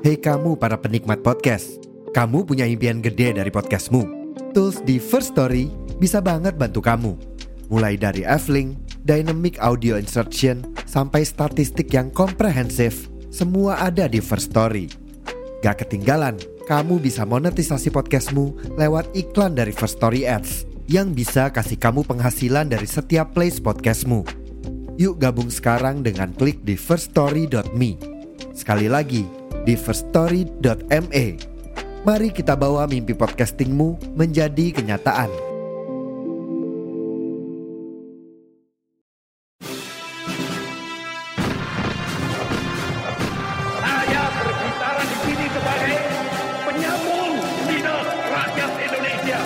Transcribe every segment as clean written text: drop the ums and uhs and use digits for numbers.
Hei kamu para penikmat podcast, kamu punya impian gede dari podcastmu. Tools di First Story bisa banget bantu kamu. Mulai dari F-Link, Dynamic Audio Insertion, sampai statistik yang komprehensif, semua ada di First Story. Gak ketinggalan, kamu bisa monetisasi podcastmu lewat iklan dari First Story Ads yang bisa kasih kamu penghasilan dari setiap plays podcastmu. Yuk gabung sekarang dengan klik di firststory.me. Sekali lagi, di firststory.me. Mari kita bawa mimpi podcastingmu menjadi kenyataan. Saya berbicara di sini sebagai penyambung lidah rakyat Indonesia.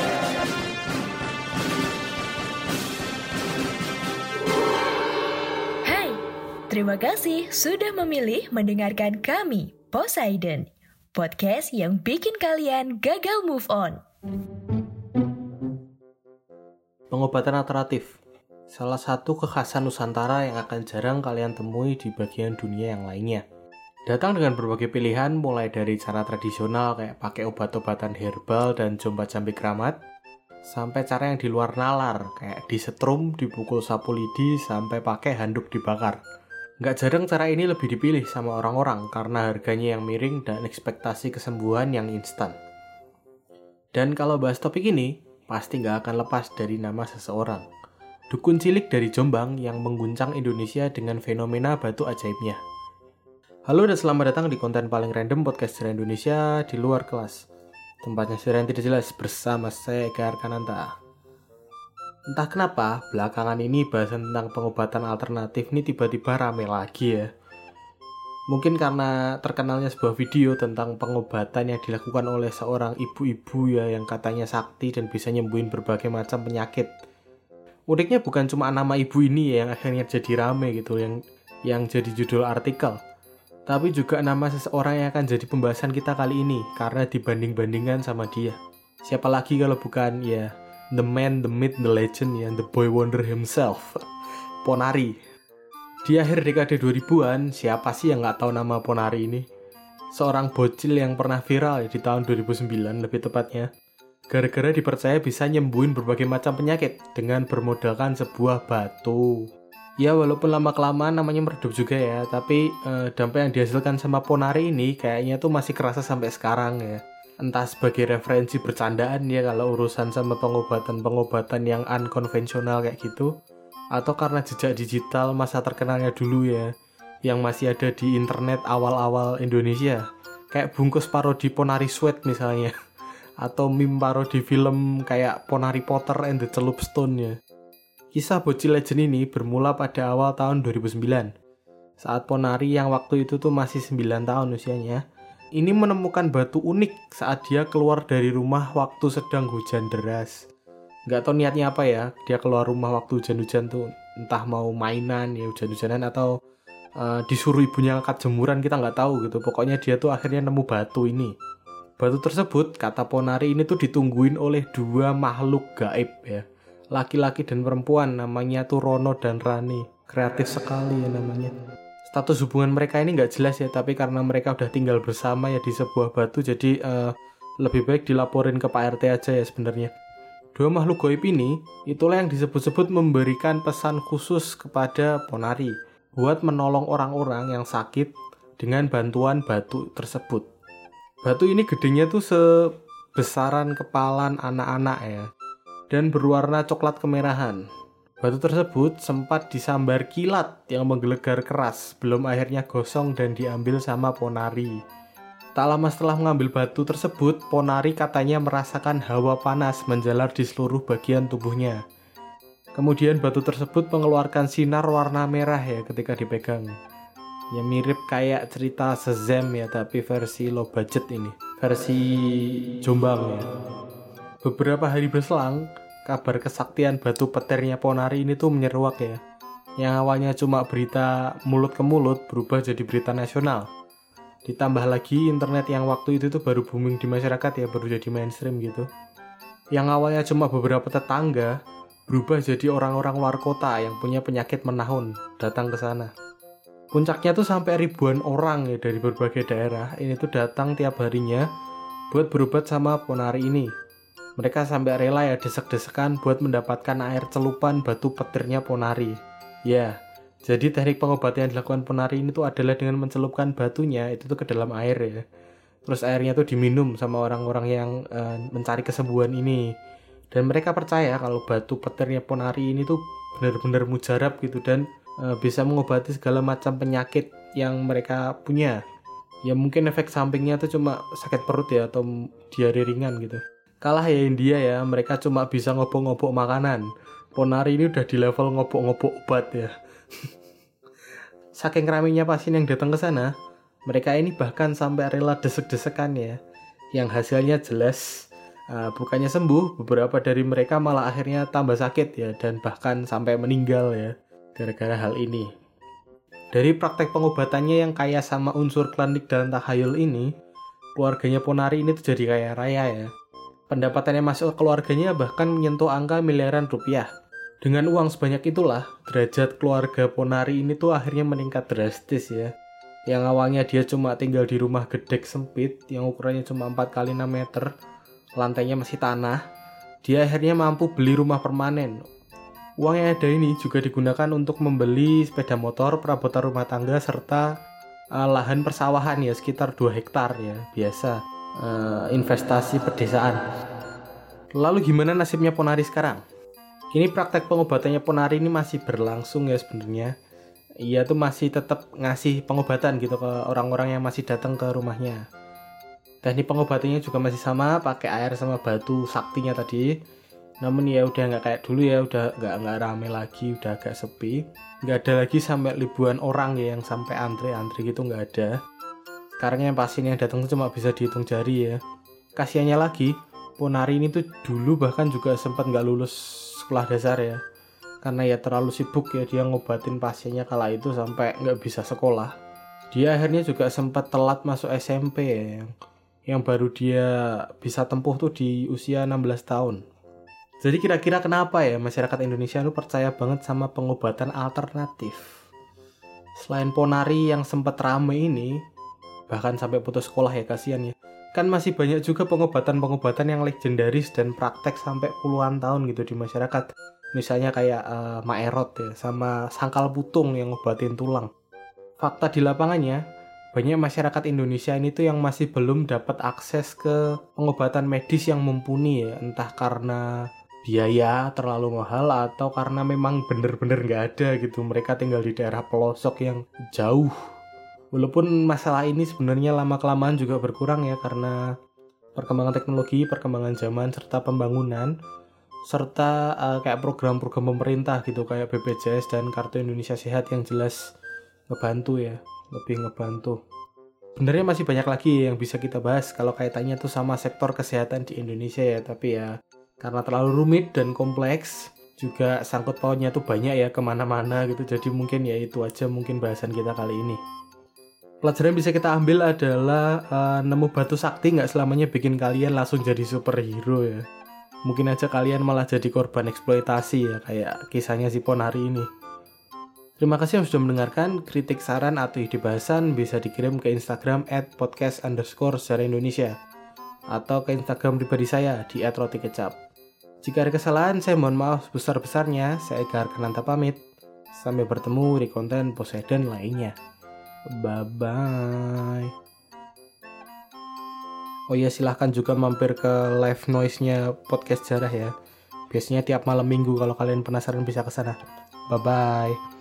Hai, terima kasih sudah memilih mendengarkan kami, Poseidon, podcast yang bikin kalian gagal move on. Pengobatan alternatif, salah satu kekhasan Nusantara yang akan jarang kalian temui di bagian dunia yang lainnya. Datang dengan berbagai pilihan, mulai dari cara tradisional kayak pakai obat-obatan herbal dan jomba-jambi keramat, sampai cara yang di luar nalar kayak disetrum, dipukul sapu lidi, sampai pakai handuk dibakar. Nggak jarang cara ini lebih dipilih sama orang-orang karena harganya yang miring dan ekspektasi kesembuhan yang instan. Dan kalau bahas topik ini, pasti nggak akan lepas dari nama seseorang. Dukun cilik dari Jombang yang mengguncang Indonesia dengan fenomena batu ajaibnya. Halo dan selamat datang di konten paling random podcast sejarah Indonesia di luar kelas. Tempatnya sejarah yang tidak jelas bersama saya Eka Arkananta. Entah kenapa, belakangan ini bahasan tentang pengobatan alternatif ini tiba-tiba rame lagi ya. Mungkin karena terkenalnya sebuah video tentang pengobatan yang dilakukan oleh seorang ibu-ibu ya yang katanya sakti dan bisa nyembuhin berbagai macam penyakit. Uniknya bukan cuma nama ibu ini ya yang akhirnya jadi rame gitu, yang jadi judul artikel. Tapi juga nama seseorang yang akan jadi pembahasan kita kali ini karena dibanding-bandingkan sama dia. Siapa lagi kalau bukan ya the man, the myth, the legend, ya, the boy wonder himself, Ponari. Di akhir dekade 2000-an, siapa sih yang nggak tahu nama Ponari ini? Seorang bocil yang pernah viral ya, di tahun 2009 lebih tepatnya, gara-gara dipercaya bisa nyembuhin berbagai macam penyakit dengan bermodalkan sebuah batu. Ya walaupun lama-kelamaan namanya meredup juga ya, tapi dampak yang dihasilkan sama Ponari ini kayaknya tuh masih kerasa sampai sekarang ya. Entah sebagai referensi bercandaan ya kalau urusan sama pengobatan-pengobatan yang unkonvensional kayak gitu, atau karena jejak digital masa terkenalnya dulu ya, yang masih ada di internet awal-awal Indonesia, kayak bungkus parodi Ponari Sweat misalnya, atau meme parodi film kayak Ponari Potter and the Celup Stone ya. Kisah bocil legend ini bermula pada awal tahun 2009, saat Ponari yang waktu itu tuh masih 9 tahun usianya, ini menemukan batu unik saat dia keluar dari rumah waktu sedang hujan deras. Nggak tahu niatnya apa ya, dia keluar rumah waktu hujan-hujan tuh, entah mau mainan ya hujan-hujanan atau disuruh ibunya angkat jemuran, kita nggak tahu gitu. Pokoknya dia tuh akhirnya nemu batu ini. Batu tersebut, kata Ponari, ini tuh ditungguin oleh dua makhluk gaib ya. Laki-laki dan perempuan, namanya tuh Rono dan Rani. Kreatif sekali ya namanya. Status hubungan mereka ini nggak jelas ya, tapi karena mereka udah tinggal bersama ya di sebuah batu, jadi lebih baik dilaporin ke Pak RT aja ya sebenarnya. Dua makhluk gaib ini, itulah yang disebut-sebut memberikan pesan khusus kepada Ponari buat menolong orang-orang yang sakit dengan bantuan batu tersebut. Batu ini gedenya tuh sebesaran kepalan anak-anak ya, dan berwarna coklat kemerahan. Batu tersebut sempat disambar kilat yang menggelegar keras sebelum akhirnya gosong dan diambil sama Ponari. Tak lama setelah mengambil batu tersebut, Ponari katanya merasakan hawa panas menjalar di seluruh bagian tubuhnya. Kemudian batu tersebut mengeluarkan sinar warna merah ya ketika dipegang. Ya mirip kayak cerita Shazam ya, tapi versi low budget ini, versi Jombang ya. Beberapa hari berselang, kabar kesaktian batu petirnya Ponari ini tuh menyeruak ya. Yang awalnya cuma berita mulut ke mulut berubah jadi berita nasional. Ditambah lagi internet yang waktu itu tuh baru booming di masyarakat ya, baru jadi mainstream gitu. Yang awalnya cuma beberapa tetangga berubah jadi orang-orang luar kota yang punya penyakit menahun datang ke sana. Puncaknya tuh sampai ribuan orang ya dari berbagai daerah. Ini tuh datang tiap harinya buat berobat sama ponari ini. Mereka sampai rela ya desek-desekan buat mendapatkan air celupan batu petirnya ponari. Ya, jadi teknik pengobatan yang dilakukan ponari ini tuh adalah dengan mencelupkan batunya itu tuh ke dalam air ya. Terus airnya tuh diminum sama orang-orang yang mencari kesembuhan ini. Dan mereka percaya kalau batu petirnya ponari ini tuh benar-benar mujarab gitu dan bisa mengobati segala macam penyakit yang mereka punya. Ya mungkin efek sampingnya tuh cuma sakit perut ya atau diare ringan gitu. Kalah ya India ya, mereka cuma bisa ngobok-ngobok makanan. Ponari ini udah di level ngobok-ngobok obat ya. Saking ramainya pasien yang datang ke sana, mereka ini bahkan sampai rela desek-desekan ya. Yang hasilnya jelas bukannya sembuh, beberapa dari mereka malah akhirnya tambah sakit ya dan bahkan sampai meninggal ya gara-gara hal ini. Dari praktek pengobatannya yang kaya sama unsur klinik dan takhayul ini, keluarganya ponari ini tuh jadi kaya raya ya. Pendapatannya masuk ke keluarganya bahkan menyentuh angka miliaran rupiah. Dengan uang sebanyak itulah, derajat keluarga ponari ini tuh akhirnya meningkat drastis ya. Yang awalnya dia cuma tinggal di rumah gedek sempit yang ukurannya cuma 4x6 meter, lantainya masih tanah, dia akhirnya mampu beli rumah permanen. Uang yang ada ini juga digunakan untuk membeli sepeda motor, perabotan rumah tangga, serta lahan persawahan ya sekitar 2 hektar ya, biasa investasi pedesaan. Lalu gimana nasibnya ponari sekarang? Kini praktek pengobatannya ponari ini masih berlangsung ya sebenarnya. Ia tuh masih tetap ngasih pengobatan gitu ke orang-orang yang masih datang ke rumahnya. Teknik pengobatannya juga masih sama, pakai air sama batu saktinya tadi. Namun ya udah nggak kayak dulu ya, udah nggak rame lagi, udah agak sepi. Nggak ada lagi sampai ribuan orang ya yang sampai antri gitu, nggak ada. Sekarang yang pasien yang datang tuh cuma bisa dihitung jari ya. Kasiannya lagi, ponari ini tuh dulu bahkan juga sempat nggak lulus sekolah dasar ya. Karena ya terlalu sibuk ya dia ngobatin pasiennya kala itu sampai nggak bisa sekolah. Dia akhirnya juga sempat telat masuk SMP ya, yang baru dia bisa tempuh tuh di usia 16 tahun. Jadi kira-kira kenapa ya masyarakat Indonesia tuh percaya banget sama pengobatan alternatif? Selain ponari yang sempat rame ini, bahkan sampai putus sekolah ya kasihan ya. Kan masih banyak juga pengobatan-pengobatan yang legendaris dan praktek sampai puluhan tahun gitu di masyarakat. Misalnya kayak Maerot ya, sama sangkal putung yang ngobatin tulang. Fakta di lapangannya, banyak masyarakat Indonesia ini tuh yang masih belum dapat akses ke pengobatan medis yang mumpuni ya. Entah karena biaya terlalu mahal atau karena memang bener-bener nggak ada gitu. Mereka tinggal di daerah pelosok yang jauh. Walaupun masalah ini sebenarnya lama-kelamaan juga berkurang ya karena perkembangan teknologi, perkembangan zaman, serta pembangunan. Serta kayak program-program pemerintah gitu kayak BPJS dan Kartu Indonesia Sehat yang jelas ngebantu ya, lebih ngebantu. Sebenarnya masih banyak lagi yang bisa kita bahas kalau kaitannya tuh sama sektor kesehatan di Indonesia ya, tapi ya karena terlalu rumit dan kompleks, juga sangkut pautnya tuh banyak ya kemana-mana gitu, jadi mungkin ya itu aja mungkin bahasan kita kali ini. Pelajaran bisa kita ambil adalah nemu batu sakti nggak selamanya bikin kalian langsung jadi superhero ya. Mungkin aja kalian malah jadi korban eksploitasi ya, kayak kisahnya si ponari ini. Terima kasih yang sudah mendengarkan. Kritik, saran, atau ide bahasan bisa dikirim ke Instagram @podcast_sejarah-Indonesia atau ke Instagram pribadi saya di @rotikecap. Jika ada kesalahan, saya mohon maaf sebesar-besarnya. Saya Ega Arkananta pamit. Sampai bertemu di konten Poseidon lainnya. Bye-bye. Oh iya, silahkan juga mampir ke live noise-nya podcast sejarah ya. Biasanya tiap malam minggu, kalau kalian penasaran bisa ke sana. Bye-bye.